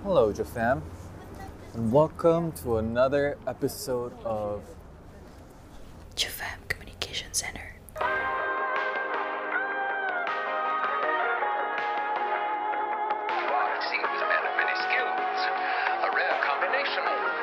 Hello, Jafam, and welcome to another episode of Jafam Communication Center. It seems a man of many skills. A rare combination.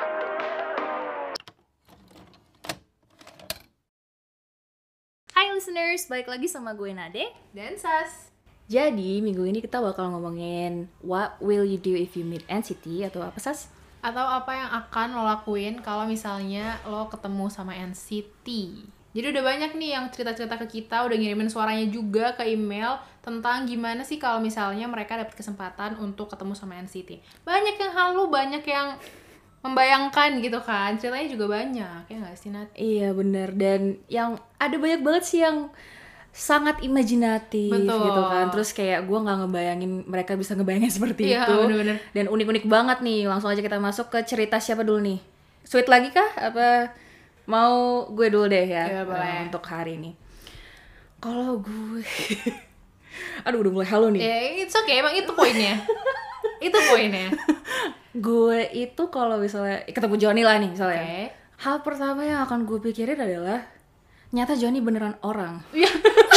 Hai listeners, balik lagi sama gue Nade. Dan Sas. Jadi minggu ini kita bakal ngomongin What will you do if you meet NCT atau apa Sas? Atau apa yang akan lo lakuin kalau misalnya lo ketemu sama NCT. Jadi udah banyak nih yang cerita-cerita ke kita, udah ngirimin suaranya juga ke email tentang gimana sih kalau misalnya mereka dapat kesempatan untuk ketemu sama NCT. Banyak yang halu, banyak yang membayangkan gitu kan. Ceritanya juga banyak, ya nggak sih Nat? Iya bener, dan yang ada banyak banget sih yang sangat imajinatif. Betul. Gitu kan. Terus kayak gue gak ngebayangin mereka bisa ngebayangin seperti Iya, itu. bener-bener. Dan unik-unik banget nih. Langsung aja kita masuk ke cerita siapa dulu nih? Sweet lagi kah? Apa mau gue dulu deh ya? Iya, boleh. Untuk hari ini. Kalau gue aduh udah mulai halu nih. Ya, it's okay, emang itu poinnya. Itu poinnya. Gue itu kalau misalnya ketemu Johnny lah nih misalnya. Oke. Hal pertama yang akan gue pikirin adalah nyata Johnny beneran orang. Iya.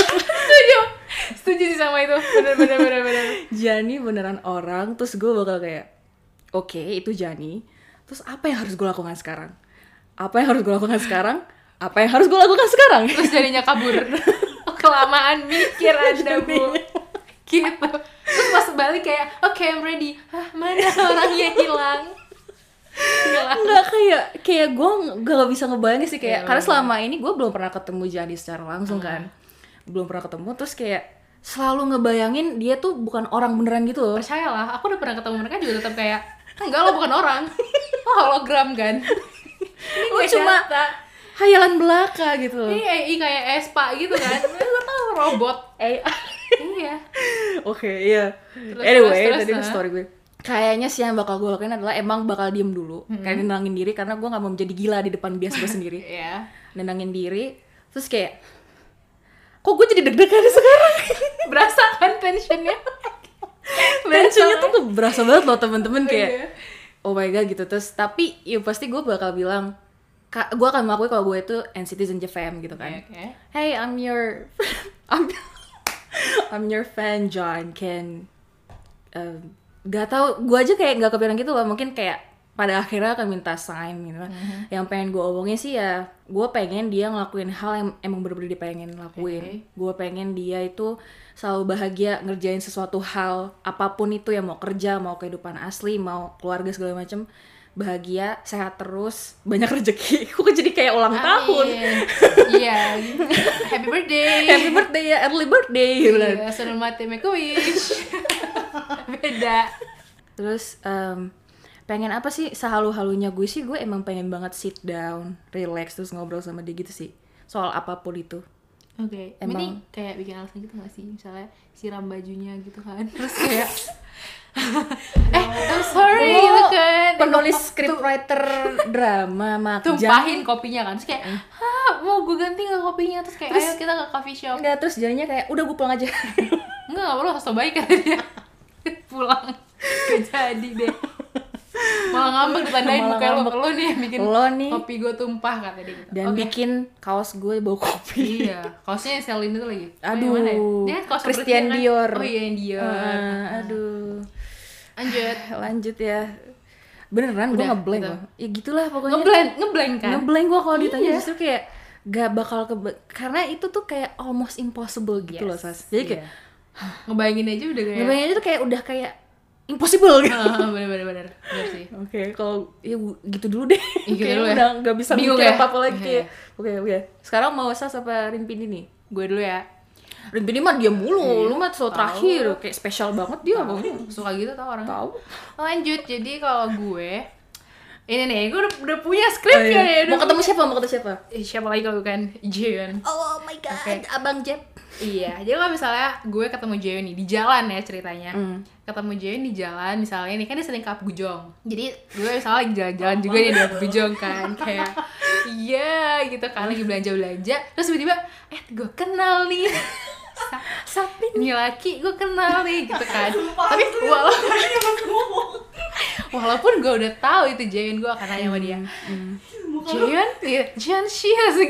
Setuju sih sama itu. Bener. Johnny beneran orang, terus gue bakal kayak oke, itu Johnny. Terus apa yang harus gue lakukan sekarang? Apa yang harus gue lakukan sekarang? Apa yang harus gue lakukan sekarang? Terus jadinya kabur. Kelamaan mikir Anda, Bu. Gitu. Terus pas balik kayak, oke, I'm ready. Hah, mana orangnya hilang? Nggak kayak gue gak bisa ngebayangin sih kayak Iya, karena bener. selama ini gue belum pernah ketemu Johnny secara langsung kan. Belum pernah ketemu, terus kayak selalu ngebayangin dia tuh bukan orang beneran gitu loh. Percayalah, aku udah pernah ketemu mereka juga tetap kayak, enggak, lo bukan orang. Lo hologram kan? Ini Lo kayak cuma data. hayalan belaka gitu loh. Ini AI kayak Espa gitu kan? Lo tau robot. Iya. Oke, iya. Terus, Anyway, terus, tadi itu story gue. Kayaknya sih yang bakal gue lakuin adalah emang bakal diem dulu. Kayak nenangin diri karena gue gak mau menjadi gila di depan bias gue sendiri. Iya. Nenangin diri, terus kayak kok gue jadi deg-degan sekarang? Berasa kan tensionnya? Tensinya tuh berasa banget loh temen-temen kayak Iya. oh my god gitu. Terus tapi ya pasti gue bakal bilang gue akan mengakui kalau gue itu NCT Jafam gitu kan. Oke. Hey, I'm your I'm your fan John. Gak tau, gue aja kayak gak kepikiran gitu loh. Mungkin kayak pada akhirnya akan minta sign gitu. Yang pengen gue omongin sih ya, gue pengen dia ngelakuin hal yang emang bener-bener dia pengen lakuin. Gue pengen dia itu selalu bahagia ngerjain sesuatu hal, apapun itu ya, mau kerja, mau kehidupan asli, mau keluarga segala macem, bahagia, sehat terus, banyak rezeki. Gue jadi kayak ulang tahun. Iya. Happy birthday. Happy birthday ya, early birthday gitu kan. Iya, senang mati make a wish. Beda. Terus pengen apa sih, sehalu-halunya gue sih, gue emang pengen banget sit down, relax, terus ngobrol sama dia gitu sih, soal apapun itu. Oke, Emang- ini kayak bikin alasan gitu gak sih? Misalnya siram bajunya gitu kan. Terus kayak I'm sorry Lo gitu kan. penulis scriptwriter drama Makjang. Tumpahin kopinya kan. Terus kayak, mau gue ganti gak kopinya? Terus kayak, ayo kita ke coffee shop. Enggak, terus jadinya kayak udah gue pulang aja. Enggak, gak perlu, harus baik kata dia. Pulang. Gak jadi deh. Malah ngambek ditandain Malah muka lo. ngambek. Lo nih yang bikin Lo nih. kopi gue tumpah kata dia gitu. Dan Oke. bikin kaos gue bau kopi. Iya, kaosnya yang Celine itu lagi. Aduh, Yang mana ya? Dia kan kaos Christian seperti Dior. Oh iya, yang Dior. Aduh. Lanjut. Lanjut ya. Beneran gue Udah, ngeblank gitu. loh. Ya gitulah pokoknya. Ngeblank kan? Ngeblank gue kalau ditanya Iya. justru kayak gak bakal karena itu tuh kayak almost impossible gitu loh Sas. Jadi kayak Ngebayangin aja udah kayak. ngebayangin aja tuh kayak udah kayak impossible gitu. Bener sih. Oke, kalau ya gitu dulu deh. Gitu Kayak dulu ya. udah nggak bisa Bingung mikir ya? apa lagi Iya. kayak. Oke. Sekarang mau Sas apa Rinpini nih? Gue dulu ya. Rinpini mah dia mulu, Iya, lu mah selalu tahu. terakhir, kayak spesial banget dia pokoknya. Suka gitu tau orang. Tahu. Lanjut. Jadi kalau gue ini nih, gue udah punya skripnya nih. Mau ketemu siapa? Siapa lagi kalau bukan Jeon? Oh my god, Oke. Abang Jeb. Iya, jadi kalau misalnya gue ketemu Jeon nih di jalan ya ceritanya. Ketemu Jeon di jalan misalnya nih, kan dia sering ke Apgujeong. Jadi gue misalnya lagi jalan-jalan juga nih di Apgujeong kan, kayak iya gitu kan, lagi belanja-belanja. Terus tiba-tiba, gue kenal nih. Sapi ini laki gue kenal nih gitu kan. Tapi Walaupun gue udah tahu itu Jaehyun, gue akan nanya sama dia. Jaehyun? Iya, Jaehyun sih asik.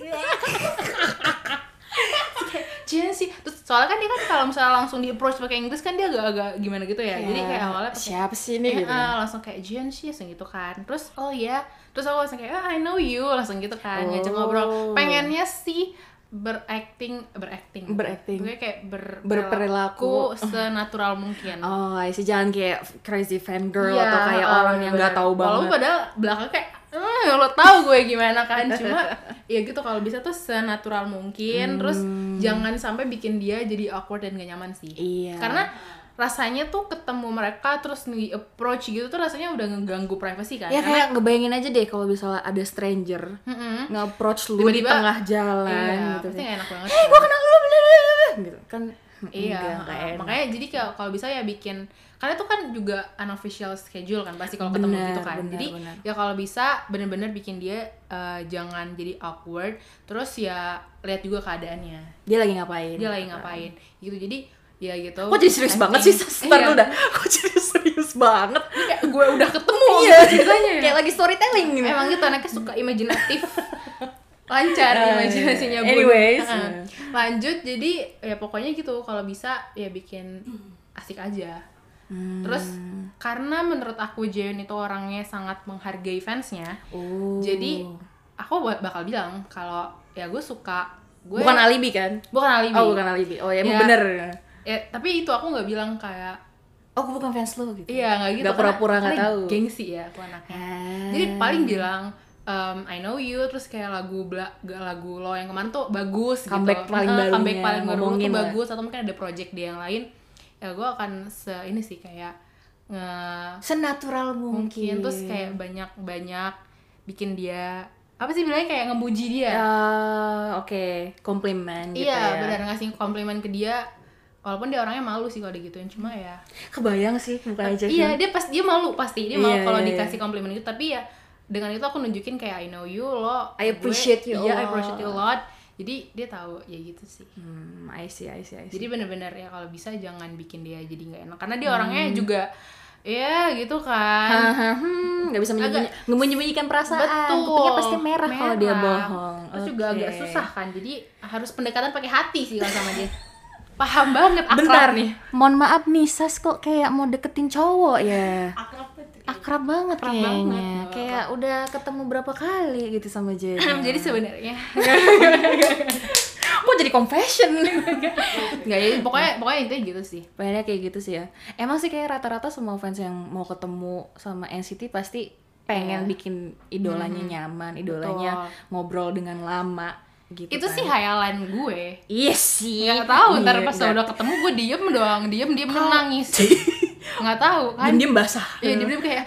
Jaehyun sih. Terus soalnya kan dia kan kalau misalnya langsung di approach pakai Inggris kan dia agak-agak gimana gitu ya. Jadi kayak awalnya pakai siapa sih ini gitu. langsung kayak Jaehyun sih langsung gitu kan. Terus oh ya, terus aku langsung kayak I know you langsung gitu kan. Ngajak ngobrol. Pengennya sih berakting gue kayak berperilaku senatural mungkin. Oh, sih jangan kayak crazy fangirl Iya, atau kayak orang yang nggak tahu walaupun banget. padahal belakang kayak lo tahu gue gimana kan, cuma ya gitu kalau bisa tuh senatural mungkin. Terus jangan sampai bikin dia jadi awkward dan gak nyaman sih. Iya. Karena rasanya tuh ketemu mereka terus approach gitu tuh rasanya udah ngeganggu privasi kan. Ya kayak ngebayangin aja deh kalau misalnya ada stranger nge-approach lu di Tiba-tiba, tengah jalan iya, gitu. pasti gak enak banget. Gua kenal lu gitu kan. Iya, nggak enak. makanya jadi kalau bisa ya bikin, karena itu kan juga unofficial schedule kan pasti kalau ketemu gitu kan. Jadi ya kalau bisa bener-bener bikin dia jangan jadi awkward. Terus ya lihat juga keadaannya. Dia lagi ngapain? Gitu. Jadi ya gitu. Kok jadi serius banget sih? Sebentar lu dah. Kok jadi serius banget? Kayak gue udah ketemu Iya, ceritanya ya. Kayak lagi storytelling gitu. Emang gitu anaknya suka imajinatif. Lancar imajinasinya Bun. Anyways. Lanjut, jadi ya pokoknya gitu kalau bisa ya bikin asik aja. Terus karena menurut aku Jaehyun itu orangnya sangat menghargai fansnya. Jadi aku bakal bilang kalau ya gue suka Bukan alibi kan? Bukan alibi. Oh, bukan alibi. Oh, ya emang Ya. bener. Ya, tapi itu aku nggak bilang kayak Oh, aku bukan fans lu gitu. iya nggak gitu. Gak pura-pura nggak tahu. Gengsi ya aku anaknya. Jadi paling bilang I know you, terus kayak lagu lo yang kemarin tuh bagus Comeback gitu. paling barunya, Comeback paling baru tuh ngomongin lah. bagus, atau mungkin ada project dia yang lain. Ya gue akan ini sih kayak senatural mungkin. terus kayak banyak bikin dia apa sih bilangnya, kayak ngemuji dia. Oke, komplimen gitu ya. Iya, benar, ngasih komplimen ke dia. Walaupun dia orangnya malu sih kalau digituin, cuma ya Kebayang sih mukanya Jaehyun. iya, dia malu pasti. Dia malu Iya, kalau iya, dikasih komplimen gitu, tapi ya dengan itu aku nunjukin kayak I know you, I appreciate you a Iya, I lot. appreciate you a lot. Jadi dia tahu ya gitu sih. I see. Jadi bener-bener ya kalau bisa jangan bikin dia jadi nggak enak, karena dia orangnya juga ya gitu kan. Nggak bisa menyembunyikan perasaan. Betul. Kupingnya pasti merah kalau dia bohong. Terus juga Oke. agak susah kan. Jadi harus pendekatan pakai hati sih kalau sama dia. Paham banget, akrab Bentar nih. Mohon maaf nih, Sas kok kayak mau deketin cowok ya? Akrab banget Akrab kayaknya. banget. Kayak udah ketemu berapa kali gitu sama Jaehyun. Jadi sebenarnya Kok jadi confession? nggak ya, pokoknya intinya gitu sih. Pokoknya kayak gitu sih ya. Emang sih kayak rata-rata semua fans yang mau ketemu sama NCT pasti pengen bikin idolanya nyaman, idolanya ngobrol dengan lama gitu. Itu kan. sih hayalan gue. Iya sih. Nggak tahu, ntar Iya, pas nggak. udah ketemu gue diem nangis. Nggak tahu kan. Diem basah. Iya, diem kayak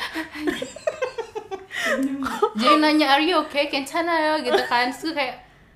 jadi nanya are you okay, 괜찮아요 gitu kan. Terus gue kayak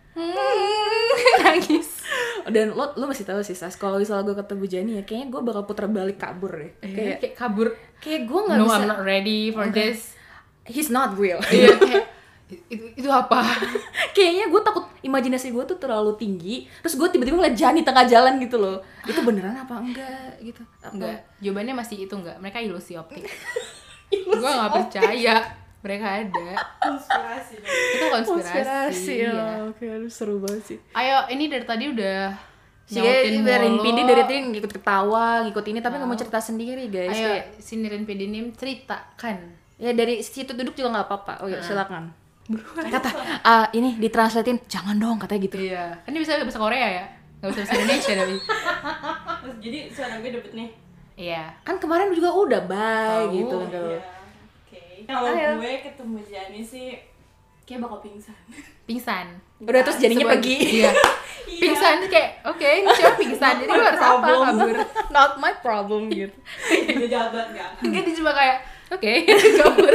nangis. Dan lo masih tahu sih Sas, kalau misalnya gue ketemu Jennie ya, kayaknya gue bakal puter balik kabur deh. Kayak kabur. Kayak gue nggak No, bisa. I'm not ready for this. He's not real. Iya, kayak itu apa? Kayaknya gue takut imajinasi gue tuh terlalu tinggi, terus gue tiba-tiba ngeliat Jennie tengah jalan gitu loh. Itu beneran apa enggak gitu? Enggak, jawabannya masih itu enggak. Mereka ilusi optik. Gue nggak percaya mereka ada. Itu konspirasi. ya. Iya. Oke, aduh seru banget sih. Ayo, ini dari tadi udah Si nyautin dari mulu. Pindi dari tadi ngikut ketawa, ngikut ini tapi nggak mau cerita sendiri guys. Ayo, Kayak, sini Rinpidi Nim ceritakan. ya dari situ duduk juga nggak apa-apa. Oh ya silakan. Kata ini ditranslatein jangan dong katanya gitu. Iya. Kan dia bisa bahasa Korea ya? Nggak bisa bahasa Indonesia tapi. Jadi suara gue dapet nih. Iya. Kan kemarin juga udah bye Tahu, gitu kan kalau. Iya. Oke. Kalau Ayo. gue ketemu Jennie sih kayak bakal pingsan. Pingsan. Udah terus jadinya Sebagai- pergi. Iya. Pingsan kayak oke, ini cuma pingsan. Jadi gue harus apa? Kabur. Not my problem gitu. Udah jabat enggak? Enggak, dia cuma kayak oke, kabur.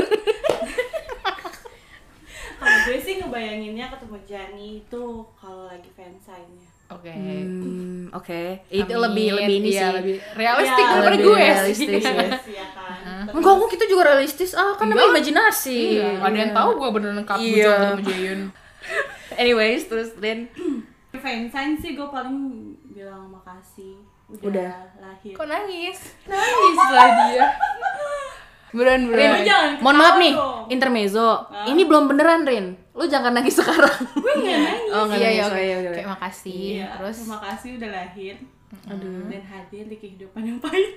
Kalau gue sih ngebayanginnya ketemu Jennie itu kalau lagi fansign-nya. Oke. Oke. Itu Amin. lebih ini Iya, sih. lebih realistik Iya, daripada lebih gue realistis sih. ya. Iya kan. Enggak, kok kita juga realistis. Kan namanya imajinasi. Iya, ada yang tahu gue beneran kabur Iya. ketemu Jaehyun. Anyways, terus then Fansign sih gue paling bilang makasih udah Udah. lahir. Kok nangis? Nangis lah dia. Buruan. Rin, jangan Mohon maaf ketawa nih, dong. intermezzo. Ini belum beneran, Rin. Lu jangan nangis sekarang. Gue nggak nangis. Oh, nggak Iya, nangis. oke. Oke, oke. Kayak makasih. Iya, Terus terima kasih udah lahir. Dan hadir di kehidupan yang pahit.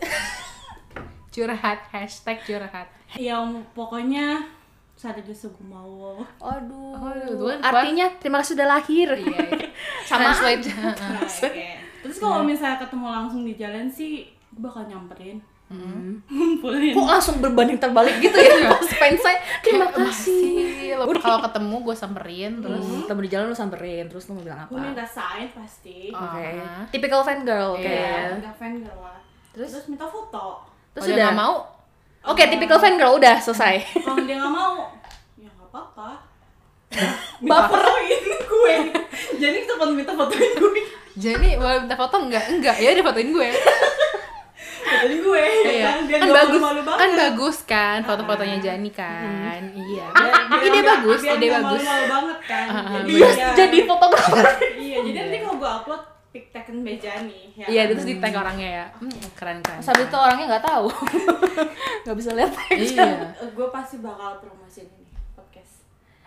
curhat, #curhat. Yang pokoknya sadar sugumawo. Aduh. itu kan Artinya terima kasih sudah lahir. Iya. Sama Translate. Nah, oke. Terus kalau misalnya ketemu langsung di jalan sih, gue bakal nyamperin. Ngumpulin. Kok langsung berbanding terbalik gitu ya? Pas fans saya, terima kasih. Lo kalau ketemu gue samperin terus Ketemu di jalan lu samperin, terus lu mau bilang Gue apa? minta sign pasti. Oke. Typical fan girl, oke. Iya, minta fan girl lah. Terus? Terus minta foto. Terus kalau dia udah. nggak mau Oke, typical fan girl udah selesai. Kalau dia nggak mau, ya nggak apa-apa. Minta fotoin gue. Jadi kita minta fotoin gue. jadi mau minta foto enggak ya dia fotoin gue. Fotoin gue. Iya. Biar Kan nggak bagus malu-malu banget. kan bagus kan foto-fotonya Jani kan. Iya. Biar Ide nggak- bagus, biar ide nggak bagus. malu-malu banget kan. Iya, jadi fotografer. Iya, jadi nanti kalau gue upload pic taken by Jani. Ya. Iya, terus di tag orangnya ya. Keren. Sambil itu orangnya nggak tahu. Nggak bisa lihat. Iya. Gue pasti bakal promosiin ini podcast.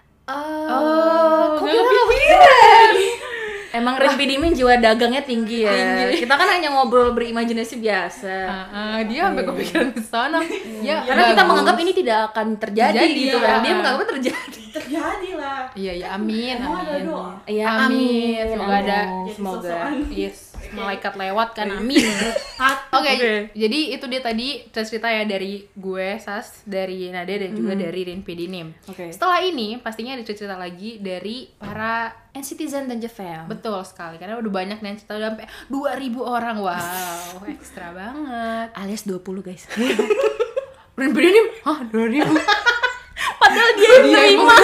Oh, kok nggak kita kepikiran. Emang Rin Pidimin jiwa dagangnya tinggi ya. Kita kan hanya ngobrol berimajinasi biasa. Dia sampai kepikiran ke sana. Ya, Karena kita bagus. menganggap ini tidak akan terjadi Terjadi, gitu ya. kan. Dia menganggapnya terjadi. Terjadi lah. Iya, ya amin. Mau ada Amin. doa. Iya, Amin. Semoga ada Jadi semoga. sosokan. Yes, malaikat lewat kan, amin. Oke, jadi itu dia tadi cerita ya dari gue, Sas, dari Nade dan juga dari Rin Pidinim. Oke. Setelah ini pastinya ada cerita lagi dari para Citizen dan Jefem. betul sekali karena udah banyak nih yang cerita udah sampai 2.000 orang. Wow, ekstra banget. Alias 20 guys. Rin Pidinim, 2.000. Padahal dia yang nerima.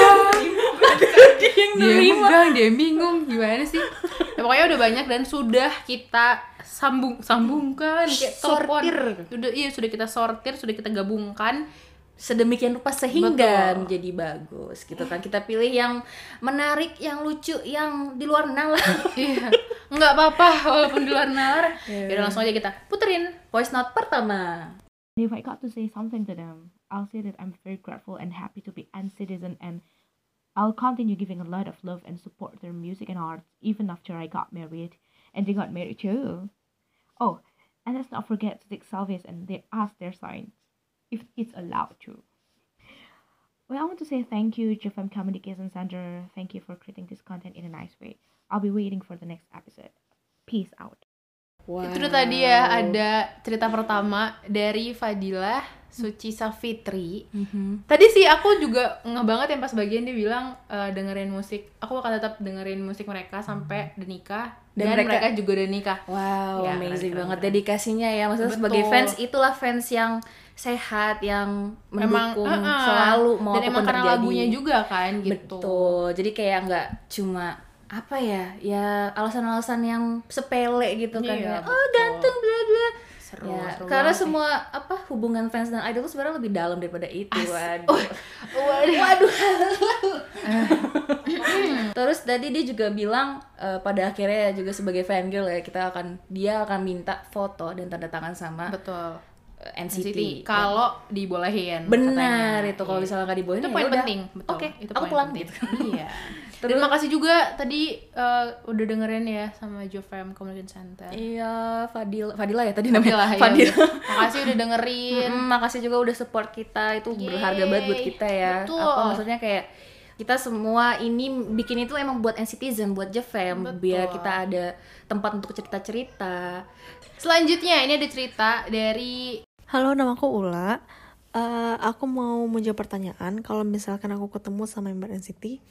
Dia yang bingung gimana sih. Ya, pokoknya udah banyak dan sudah kita sambungkan kayak telepon. Sortir. Sudah kita sortir, sudah kita gabungkan. Sedemikian rupa sehingga Betul. menjadi bagus gitu kan. Kita pilih yang menarik, yang lucu, yang di luar nalar. Iya, nggak apa-apa walaupun di luar nalar. Yaudah langsung aja kita puterin. Voice note pertama. If I got to say something to them, I'll say that I'm very grateful and happy to be an citizen, and I'll continue giving a lot of love and support their music and art even after I got married, and they got married too. Oh, and let's not forget to take selfies and they ask their signs, if it's allowed to. Well, I want to say thank you, JFM Communication Center. Thank you for creating this content in a nice way. I'll be waiting for the next episode. Peace out. Wow. Itu tuh tadi ya ada cerita pertama dari Fadilah Suci Safitri. Tadi sih aku juga ngeh banget yang pas bagian dia bilang dengerin musik. Aku akan tetap dengerin musik mereka sampai udah nikah dan mereka juga udah nikah. Wow, Ya, amazing keren, banget keren. dedikasinya ya. Maksudnya Betul. sebagai fans, itulah fans yang sehat, yang Memang mendukung selalu mau dan apapun emang karena terjadi. lagunya juga kan gitu. Betul. Jadi kayak nggak cuma apa ya alasan-alasan yang sepele gitu kan. Iya, Kayak, betul. ganteng bla bla. Seru, Ya, seru karena banget. semua hubungan fans dan idol itu sebenarnya lebih dalam daripada itu. Oh, Waduh. Terus tadi dia juga bilang pada akhirnya juga sebagai fangirl ya dia akan minta foto dan tanda tangan sama betul. NCT. Kalau dibolehin. Benar katanya. itu kalau Iya. misalnya nggak dibolehin Itu ya poin udah. penting, betul. Oke, Itu aku poin pulang penting. gitu. Iya. Terima kasih juga tadi udah dengerin ya sama JFM Communication Center. Iya, Fadila ya tadi namanya. Fadila, iya. Makasih udah dengerin. Makasih juga udah support kita, itu berharga banget buat kita ya. Betul. Apa maksudnya kayak kita semua ini bikin itu emang buat NCTzen, buat JFM, Betul. biar kita ada tempat untuk cerita-cerita. Selanjutnya ini ada cerita dari Halo, namaku Ula. Aku mau menjawab pertanyaan. Kalau misalkan aku ketemu sama member NCT,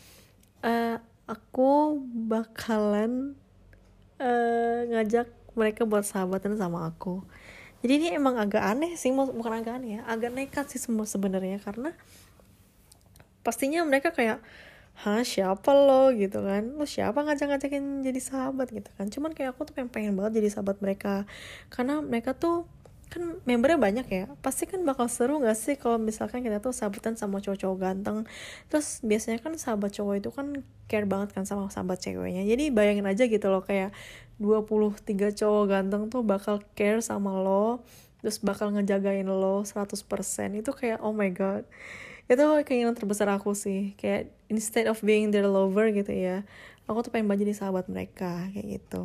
aku bakalan ngajak mereka buat sahabatan sama aku. Jadi ini emang agak aneh sih, bukan agak aneh ya, agak nekat sih semua sebenarnya, karena pastinya mereka kayak, hah siapa lo gitu kan, lo siapa ngajak-ngajakin jadi sahabat gitu kan. Cuman kayak aku tuh pengen banget jadi sahabat mereka, karena mereka tuh kan membernya banyak ya, pasti kan bakal seru gak sih kalau misalkan kita tuh sahabatan sama cowok-cowok ganteng. Terus biasanya kan sahabat cowok itu kan care banget kan sama sahabat ceweknya. Jadi bayangin aja gitu loh, kayak 23 cowok ganteng tuh bakal care sama lo, terus bakal ngejagain lo 100%, itu kayak oh my god, itu keinginan terbesar aku sih. Kayak instead of being their lover gitu ya, aku tuh pengen jadi sahabat mereka kayak gitu.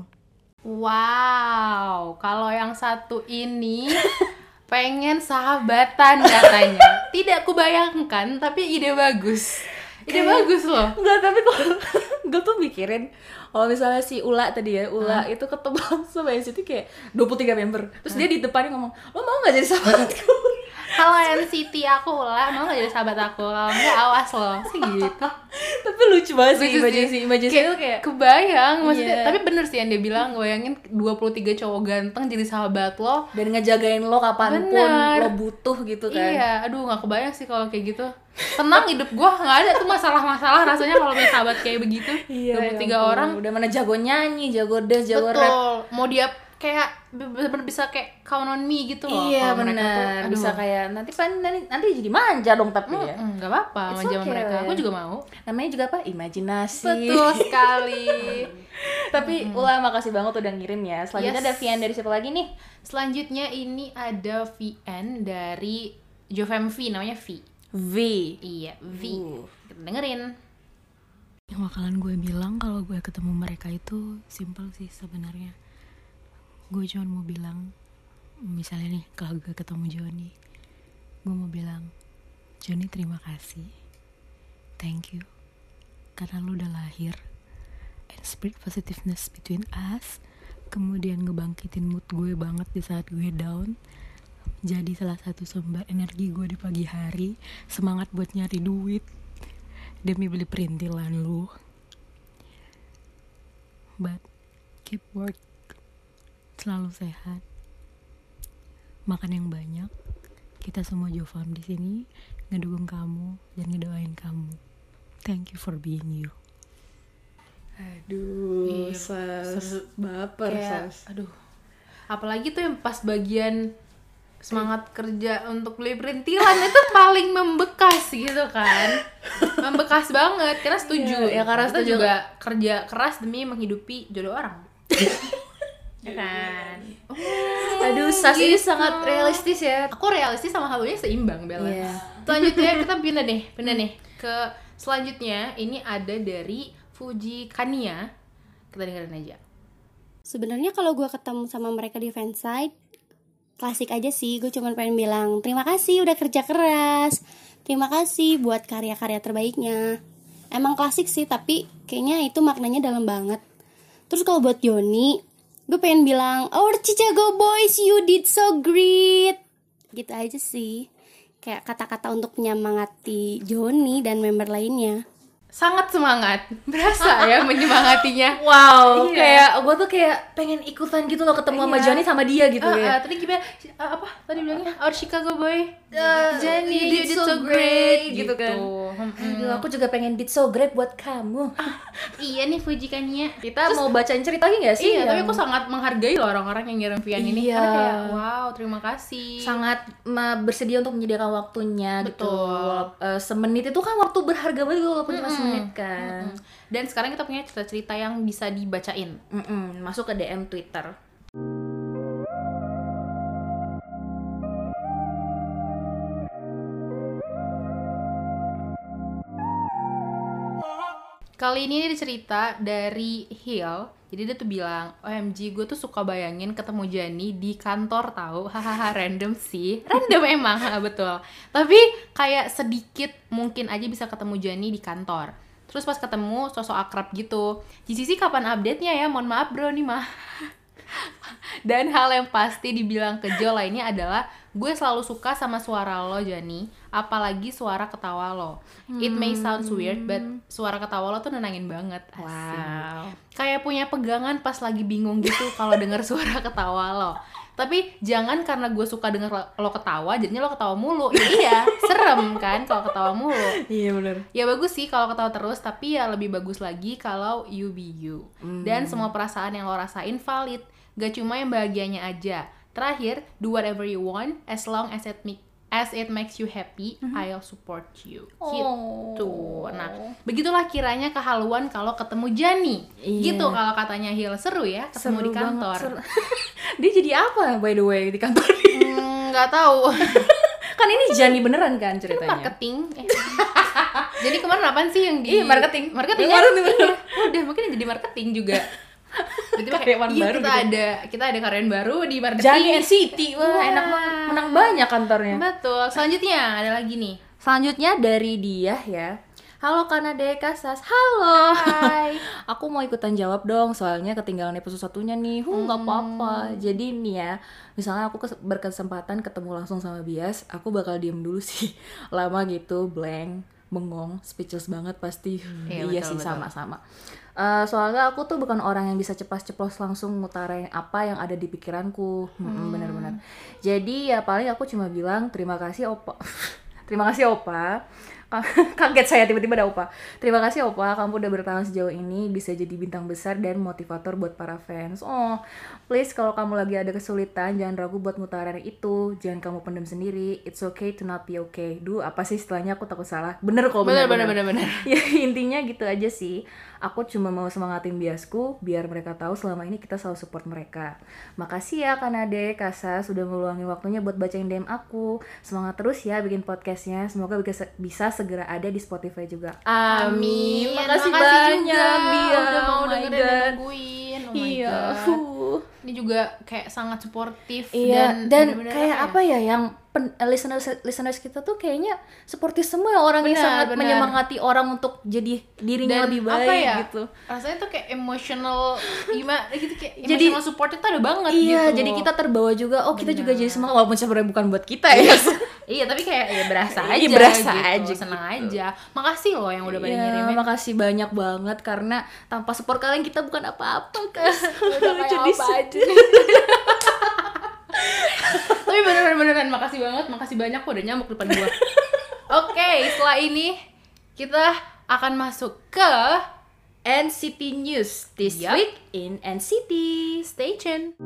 Wow, kalau yang satu ini pengen sahabatan katanya. Tidak kubayangkan, tapi ide bagus. Ide bagus loh. Enggak, tapi kok gue tuh mikirin kalau misalnya si Ula tadi ya, Ula itu ketemu sama NCT kayak 23 member. Terus dia di depannya ngomong, "Lo mau enggak jadi sahabatku?" Kalau NCT aku lah, mau gak jadi sahabat aku? Kalau enggak awas loh, sih gitu. Tapi lucu banget sih Lucu sih. imajinasi itu kayak Kebayang, maksudnya. Iya. Tapi bener sih yang dia bilang, bayangin 23 cowok ganteng jadi sahabat lo. dan ngejagain lo kapanpun Bener. lo butuh gitu kan. Iya, aduh gak kebayang sih kalau kayak gitu. Tenang, hidup gua gak ada tuh masalah-masalah rasanya kalau punya sahabat kayak begitu. Iya, 23 ya ampun. orang. Udah mana jago nyanyi, jago dance, jago rap. Betul, mau dia kayak bener-bener bisa kayak count on me gitu loh. Iya kalau mereka tuh, benar, aduh. bisa kayak nanti jadi manja dong tapi ya. Gak apa-apa It's sama okay mereka, lah. aku juga mau. Namanya juga apa? Imajinasi. Betul sekali. Tapi Ula makasih banget udah ngirim ya. Selanjutnya Yes. ada VN dari siapa lagi nih? Selanjutnya ini ada VN dari Jovem V, namanya V. V. Iya, V. Kita dengerin. Yang bakalan gue bilang kalau gue ketemu mereka itu simple sih sebenarnya. Gue cuma mau bilang, misalnya nih kalau gue ketemu Johnny, gue mau bilang, Johnny terima kasih, thank you, karena lu udah lahir and spread positiveness between us, kemudian ngebangkitin mood gue banget di saat gue down, jadi salah satu sumber energi gue di pagi hari, semangat buat nyari duit demi beli perintilan lu. But keep work, selalu sehat, makan yang banyak. Kita semua Jofam di sini ngedukung kamu dan ngedoain kamu. Thank you for being you. Aduh, Iya, Sas. Baper, Kayak, Sas. aduh. Apalagi tuh yang pas bagian semangat kerja untuk beli perintilan itu paling membekas gitu kan. Membekas banget karena setuju. Iya, ya, karena Kita setuju. juga kerja keras demi menghidupi jodoh orang. Ya kan. Aduh, Sas ini gitu. sangat realistis ya. Aku realistis sama halunya seimbang, Bella. Iya. Selanjutnya kita pindah nih ke selanjutnya. Ini ada dari Fuji Kania. Kita dengerin aja. Sebenarnya kalau gue ketemu sama mereka di fansite, klasik aja sih. Gue cuma pengen bilang terima kasih udah kerja keras, terima kasih buat karya-karya terbaiknya. Emang klasik sih, tapi kayaknya itu maknanya dalam banget. Terus kalau buat Johnny, gue pengen bilang our Chicago boys, you did so great. Gitu aja sih. Kayak kata-kata untuk menyemangati Johnny dan member lainnya. Sangat semangat, berasa ya menyemangatinya. Wow, Iya. kayak gue tuh kayak pengen ikutan gitu loh ketemu sama Iya. Johnny sama dia gitu ya. Tadi gimana? Apa? Tadi bilangnya our Chicago boy, Johnny, you did so great gitu kan. Mm-mm. Aduh, aku juga pengen did so great buat kamu. Iya nih Fuji Kania. Kita mau bacain cerita lagi gak sih? Iya, tapi yang aku sangat menghargai loh orang-orang yang ngirim VN ini. Iya. Karena kayak wow, terima kasih. sangat bersedia untuk menyediakan waktunya gitu. Betul. Semenit itu kan waktu berharga banget walaupun cuma semenit kan. Dan sekarang kita punya cerita-cerita yang bisa dibacain. Masuk ke DM Twitter. Kali ini ada cerita dari Hill. Jadi dia tuh bilang, OMG gue tuh suka bayangin ketemu Jani di kantor tahu. Hahaha, random sih. Random emang, betul. Tapi kayak sedikit mungkin aja bisa ketemu Jani di kantor. Terus pas ketemu sosok akrab gitu. GCC kapan update-nya ya? Mohon maaf bro nih mah. Dan hal yang pasti dibilang ke Jo lainnya adalah gue selalu suka sama suara lo Jani, apalagi suara ketawa lo. It may sound weird, but suara ketawa lo tuh nenangin banget. Asik. Wow. Kayak punya pegangan pas lagi bingung gitu kalau denger suara ketawa lo. Tapi jangan karena gue suka denger lo ketawa, jadinya lo ketawa mulu. Ya iya, serem kan kalau ketawa mulu. Iya benar. Ya bagus sih kalau ketawa terus, tapi ya lebih bagus lagi kalau you be you. Dan semua perasaan yang lo rasain valid, gak cuma yang bahagianya aja. Terakhir, do whatever you want as long as it makes you happy, I'll support you. Gitu. Nah, begitulah kiranya kehaluan kalau ketemu Jani. Iya. Gitu kalau katanya Hill. Seru ya ketemu di kantor. Dia jadi apa by the way di kantor? nggak tahu. Kan ini Jani beneran kan ceritanya. Marketing. Jadi kemarin apaan sih yang di marketing. Marketing. Udah mungkin jadi marketing juga. Berarti karyawan baru kita ada karyawan baru di marketing. Jani NCT, wah enak banget, menang banyak kantornya. Betul. Selanjutnya ada lagi nih. Selanjutnya dari dia ya. Halo Kanade Kasas, halo. Hai. Aku mau ikutan jawab dong, soalnya ketinggalan episode satunya nih. Nggak apa-apa. Jadi nih ya, misalnya aku berkesempatan ketemu langsung sama Bias, aku bakal diem dulu sih. Lama gitu, blank, bengong, speechless banget pasti. Iya betul, sih, betul. sama-sama. Soalnya aku tuh bukan orang yang bisa ceplos langsung ngutarain apa yang ada di pikiranku. Bener-bener. Jadi ya paling aku cuma bilang terima kasih Opa. Terima kasih Opa. Kaget saya tiba-tiba ada Opa. Terima kasih Opa, kamu udah bertahan sejauh ini, bisa jadi bintang besar dan motivator buat para fans. Oh, please kalau kamu lagi ada kesulitan, jangan ragu buat ngutarain itu. Jangan kamu pendam sendiri. It's okay to not be okay. Duh, apa sih istilahnya, aku takut salah. Bener kok, bener. Ya intinya gitu aja sih. Aku cuma mau semangatin Biasku biar mereka tahu selama ini kita selalu support mereka. Makasih ya Kanade, Kasa sudah meluangin waktunya buat bacain DM aku. Semangat terus ya bikin podcastnya. Semoga bisa segera ada di Spotify juga. Amin. Makasih banyak juga udah mau Oh my dengerin dan God. nungguin. Oh my Iya. God. Ini juga kayak sangat suportif Iya, dan bener-bener kayak apa ya yang listeners kita tuh kayaknya seperti semua ya, orang yang sangat menyemangati orang untuk jadi dirinya dan lebih baik apa ya, gitu. rasanya tuh kayak emotional gimana gitu, kayak Jadi- emotional supportnya tuh ada banget Iya, gitu. jadi kita terbawa juga. Oh, kita juga jadi semangat walaupun sebenarnya bukan buat kita ya. Iya, tapi kayak ya berasa aja Iya, berasa gitu, aja senang gitu. aja. Makasih loh yang udah pada Iya, ngirimin. makasih banyak banget karena tanpa support kalian kita bukan apa-apa, guys. Udah kayak Jadi apa aja. Tapi beneran makasih banyak kok udah nyamuk depan gua. Oke, setelah ini kita akan masuk ke NCT News this Yup. week in NCT. Stay tuned.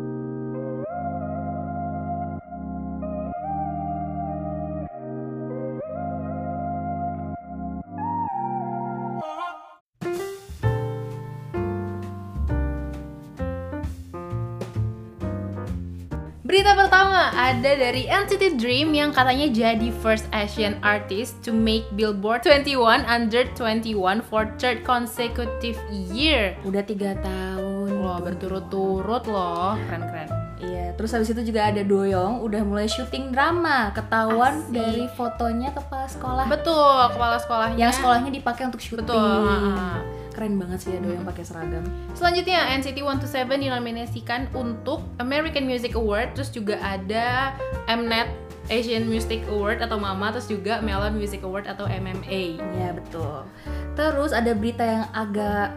Berita pertama ada dari NCT Dream yang katanya jadi first Asian artist to make Billboard 21 Under 21 for third consecutive year. Udah 3 tahun. Loh, berturut-turut loh, keren-keren. Iya, terus habis itu juga ada Doyoung udah mulai syuting drama. Ketahuan Asik. dari fotonya kepala sekolah. Betul, kepala sekolahnya. Yang sekolahnya dipakai untuk syuting. Betul. Keren banget sih ya Doyoung pakai seragam. Selanjutnya NCT 127 dinominasikan untuk American Music Award, terus juga ada Mnet Asian Music Award atau MAMA, terus juga Melon Music Award atau MMA. Iya, betul. Terus ada berita yang agak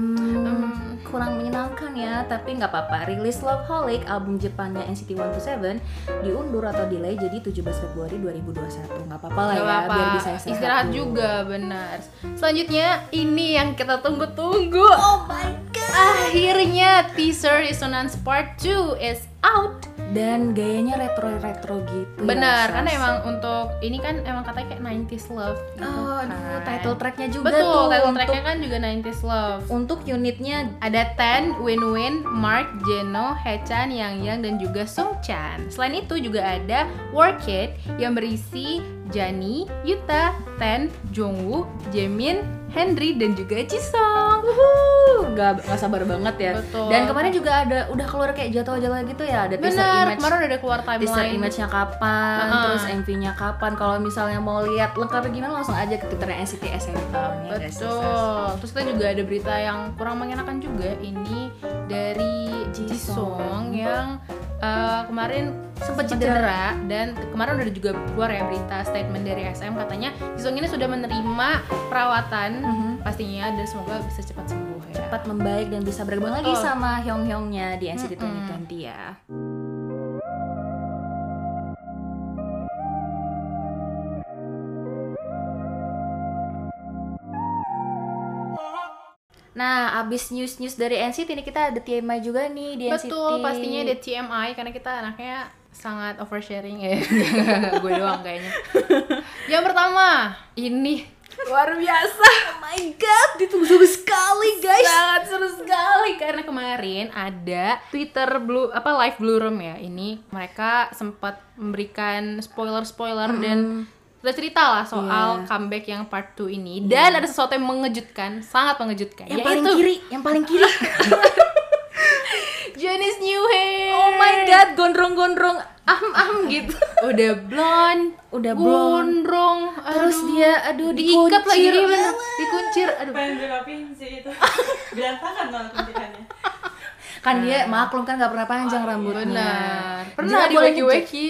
kurang menyenangkan ya, tapi nggak apa-apa. Rilis Loveholic, album Jepannya NCT 127 diundur atau delay jadi 17 Februari 2021. Nggak apa-apa lah Gak ya, apa-apa. biar bisa Istirahat dulu. juga, benar. Selanjutnya ini yang kita tunggu-tunggu. Oh my god. Akhirnya teaser Resonance Part 2 is out. Dan gayanya retro-retro gitu. Benar, ya, karena Sas. emang untuk ini kan emang katanya kayak 90s love gitu. Oh, aduh, kan. title tracknya juga Betul, tuh. title untuk- tracknya kan juga 90s love. Untuk unitnya Ada Ten, Win-Win, Mark, Jeno, Haechan, Yang dan juga Sungchan. Selain itu juga ada Work It yang berisi Jani, Yuta, Ten, Jongwoo, Jaemin, Henry dan juga Jisung. nggak sabar banget ya. Betul. Dan kemarin juga udah keluar kayak jadwal-jadwal gitu ya. Ada teaser Benar, image. kemarin udah ada keluar Teaser timeline. image-nya kapan, Uh-uh. terus MV-nya kapan. Kalau misalnya mau lihat lengkapnya gimana langsung aja ke Twitternya NCT SN tahunnya. Betul. Terus kita juga ada berita yang kurang mengenakan juga. Ini dari Jisung yang kemarin sempat cedera dan kemarin udah juga keluar ya berita statement dari SM, katanya Jisung ini sudah menerima perawatan pastinya dan semoga bisa cepat sembuh ya. Cepat membaik dan bisa bergabung lagi Betul. sama Hyung-hyungnya di NCT 2020 ya. Nah, abis news-news dari NCT ini kita ada TMI juga nih di NCT. Betul, pastinya ada TMI karena kita anaknya sangat oversharing ya. Gue doang kayaknya. Yang pertama, ini Luar biasa. Oh my god, ditunggu sekali guys. Sangat seru sekali karena kemarin ada Twitter live Blue Room ya. Ini mereka sempat memberikan spoiler dan udah cerita lah soal comeback yang part 2 ini dan ada sesuatu yang mengejutkan, sangat mengejutkan. Yang paling kiri. Janice new hair. Oh my god, gondrong-gondrong gitu. Udah blonde, gondrong. Terus dia diikat lagi dikuncir. bener. Dikuncir. Aduh. Pengen dirapiin sih itu. Berantakan malah kuncirannya. Kan dia maklum kan gak pernah panjang rambutnya. Benar. Pernah Jangan di boleh weki-weki.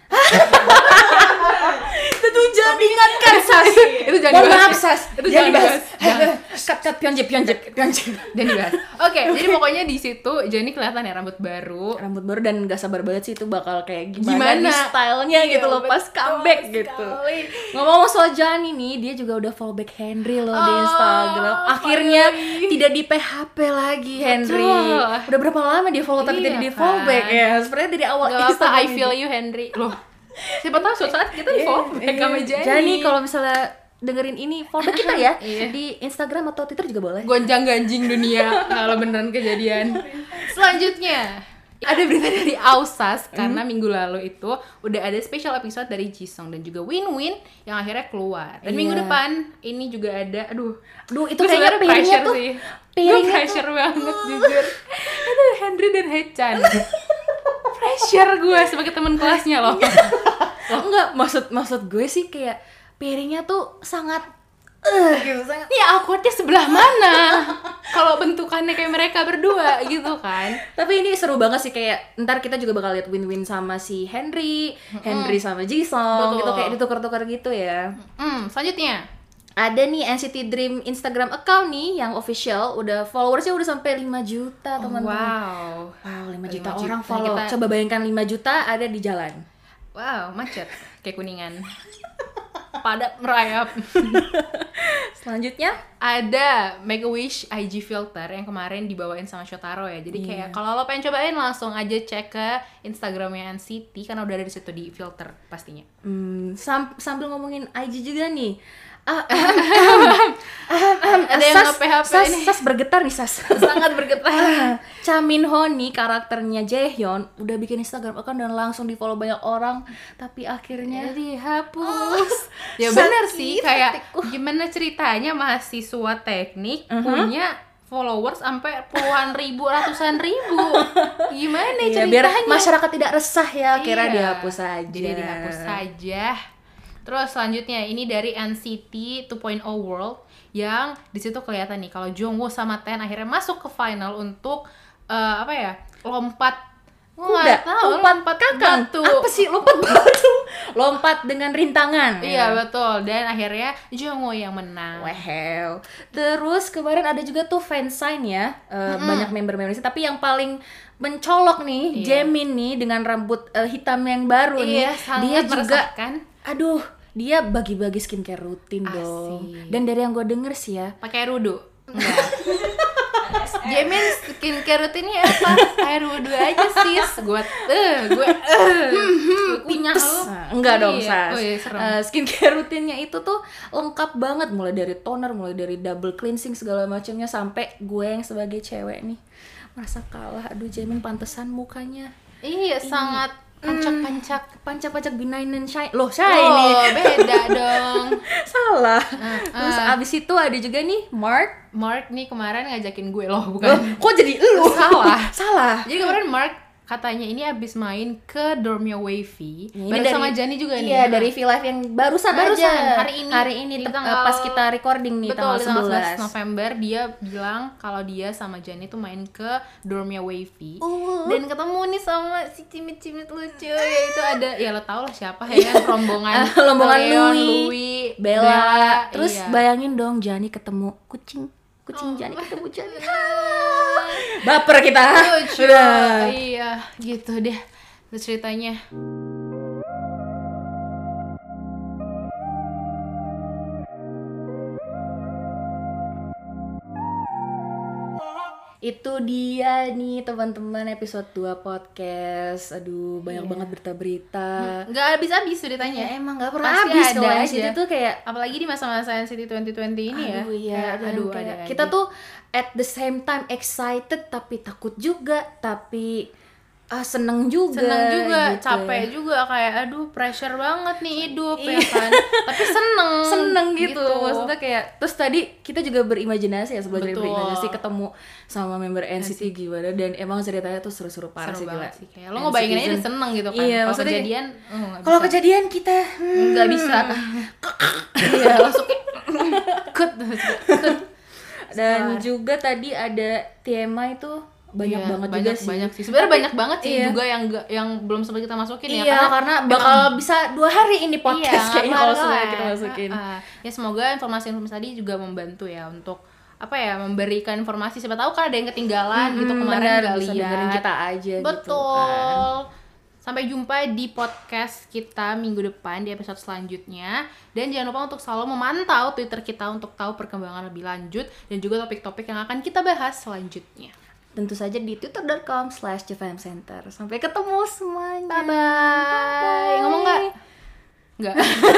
Itu jangan diingatkan Sas. Itu jangan Mohon maaf dibahas. Sas. Itu jangan dibahas. Cut pionjek. Dan dibahas. Oke, jadi pokoknya di situ Jenny kelihatan ya rambut baru Dan gak sabar banget sih itu bakal kayak gimana Gimana? nih stylenya Iya, gitu loh pas betul comeback sekali. gitu. Ngomong soal Jani nih, dia juga udah follow back Henry loh di Instagram. Akhirnya tidak di PHP lagi Henry. Betul. Udah berapa lama dia follow tapi Iya tidak di follow kan? back ya. Sebenarnya dari awal Gak apa, Instagram I feel you Henry. Loh, siapa tahu suatu saat kita di follow back sama Jenny. Jani kalau misalnya dengerin ini follow back kita ya Iya. di Instagram atau Twitter juga boleh. Gonjang-ganjing dunia kalau beneran kejadian. Selanjutnya ada berita dari Ausas karena minggu lalu itu udah ada special episode dari Jisung dan juga Win-Win yang akhirnya keluar. Dan minggu Iya. depan ini juga ada Aduh itu gue kayaknya sebenarnya pairingnya pressure tuh sih. Gue pairingnya pressure banget jujur. Ada Henry dan Hechan. Pressure gue sebagai teman kelasnya loh. enggak maksud gue sih kayak pairingnya tuh sangat gitu sangat. Nih awkwardnya sebelah mana? Kalau bentukannya kayak mereka berdua gitu kan. Tapi ini seru banget sih kayak ntar kita juga bakal lihat Win-Win sama si Henry sama Jisung Betul. gitu kayak ditukar-tukar gitu ya. Selanjutnya Ada nih NCT Dream Instagram account nih yang official udah followersnya udah sampai 5 juta teman-teman. Wow, 5 juta 5 orang juta follow. kita- Coba bayangkan 5 juta ada di jalan. wow, macet kayak Kuningan. Padat merayap. Selanjutnya Ada Make a Wish IG filter yang kemarin dibawain sama Shotaro ya. Jadi kayak kalau lo pengen cobain langsung aja cek ke Instagramnya NCT karena udah ada di situ di filter pastinya. sambil ngomongin IG juga nih. Ada yang nge-PHP ini. Sas bergetar nih Sas. Sangat bergetar. Cha Minho nih karakternya Jaehyun udah bikin Instagram account dan langsung di follow banyak orang tapi akhirnya Dihapus. Ya benar sih kayak gimana ceritanya mahasiswa teknik punya followers sampai puluhan ribu, ratusan ribu. Gimana ya, ceritanya? biar masyarakat tidak resah ya kira Iya. dihapus saja. Jadi dihapus saja. Terus selanjutnya ini dari NCT 2.0 World yang di situ kelihatan nih kalau Jungwoo sama Ten akhirnya masuk ke final untuk lompat Kuda, lompat kakang. batu. Apa sih lompat batu? Lompat dengan rintangan. Iya betul, dan akhirnya Jungwoo yang menang. Wow. Terus kemarin ada juga tuh fansign ya, banyak member-member tapi yang paling mencolok nih, Jaemin nih dengan rambut hitam yang baru nih. sangat Dia juga, meresahkan. aduh, dia bagi-bagi skincare rutin dong. Dan dari yang gue denger sih ya, Pakai air wudhu? Enggak. Jaemin skincare rutinnya apa? Air wudhu aja sis. Gue punya lu. enggak dong Iya. Sas. Oh iya, serem. Skincare rutinnya itu tuh lengkap banget, mulai dari toner, mulai dari double cleansing segala macamnya sampai gue yang sebagai cewek nih merasa kalah. Aduh Jaemin pantesan mukanya Iya, sangat pancak-pancak benign and shiny. Loh, Oh, shiny. beda dong. Salah. Terus abis itu ada juga nih Mark nih kemarin ngajakin gue loh, bukan? Kok jadi lu? Salah. Jadi kemarin Mark katanya ini abis main ke dormnya Wavy bareng Ini sama Jani juga nih. Iya, dari V-Live yang barusan aja. hari ini di di tanggal pas kita recording nih betul, tanggal di 11 November dia bilang kalau dia sama Jani tuh main ke dormnya Wavy dan ketemu nih sama si cimit-cimit lucu yaitu ada ya lo tau lah siapa ya kan rombongan Leon, Louis, Bella. Terus iya. bayangin dong Jani ketemu kucing Jani ketemu Jani. Baper kita. Lucu. Udah. Iya, gitu deh. Itu ceritanya. Itu dia nih teman-teman episode 2 podcast. Aduh, banyak banget berita-berita. Nggak habis-habis ceritanya. Ya, emang nggak pernah Pasti habis ada kalau aja. NCT tuh kayak Apalagi di masa-masa NCT 2020 ini ya. aduh iya, Kayak, aduh ada kita aja. tuh at the same time excited tapi takut juga, tapi seneng juga, gitu. Capek juga, kayak aduh pressure banget nih hidup ya kan. Tapi seneng gitu. Maksudnya kayak terus tadi kita juga berimajinasi ya, sebelum dari Betul. berimajinasi ketemu sama member NCT gimana, dan emang ceritanya tuh seru-seru parah Seru sih, gila. banget sih, kayak lo ngebayangin aja udah seneng gitu kan. Iya, Kalau maksudnya kejadian nggak kalau bisa. kejadian kita Nggak bisa. Iya, langsung kayak kut. dan juga tadi ada TMI itu banyak Iya, banget juga sih. banyak sih. Sebenarnya banyak banget sih Iya. juga yang belum sempat kita masukin ya, Iya, karena bakal bisa 2 hari ini podcast kayaknya kalau semua kita masukin. Ya semoga informasi-informasi tadi juga membantu ya untuk apa ya, memberikan informasi, siapa tahu kan ada yang ketinggalan gitu kemarin benar, nggak bisa lihat. dengerin kita aja Betul. gitu kan. Sampai jumpa di podcast kita minggu depan di episode selanjutnya. Dan jangan lupa untuk selalu memantau Twitter kita untuk tahu perkembangan lebih lanjut dan juga topik-topik yang akan kita bahas selanjutnya. Tentu saja di twitter.com/JFM-Center. Sampai ketemu semuanya. Bye-bye. Ngomong nggak? Nggak.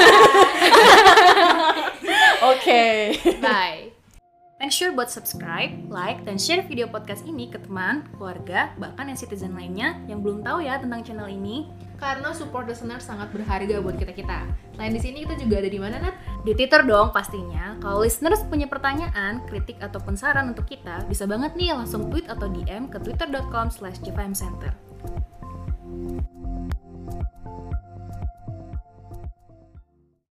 Oke. Bye. Make sure buat subscribe, like, dan share video podcast ini ke teman, keluarga, bahkan yang citizen lainnya yang belum tahu ya tentang channel ini. Karena support listener sangat berharga buat kita-kita. Selain di sini kita juga ada di mana, Nat? Di Twitter dong pastinya. Kalau listeners punya pertanyaan, kritik, ataupun saran untuk kita, bisa banget nih langsung tweet atau DM ke twitter.com/JFM-Center.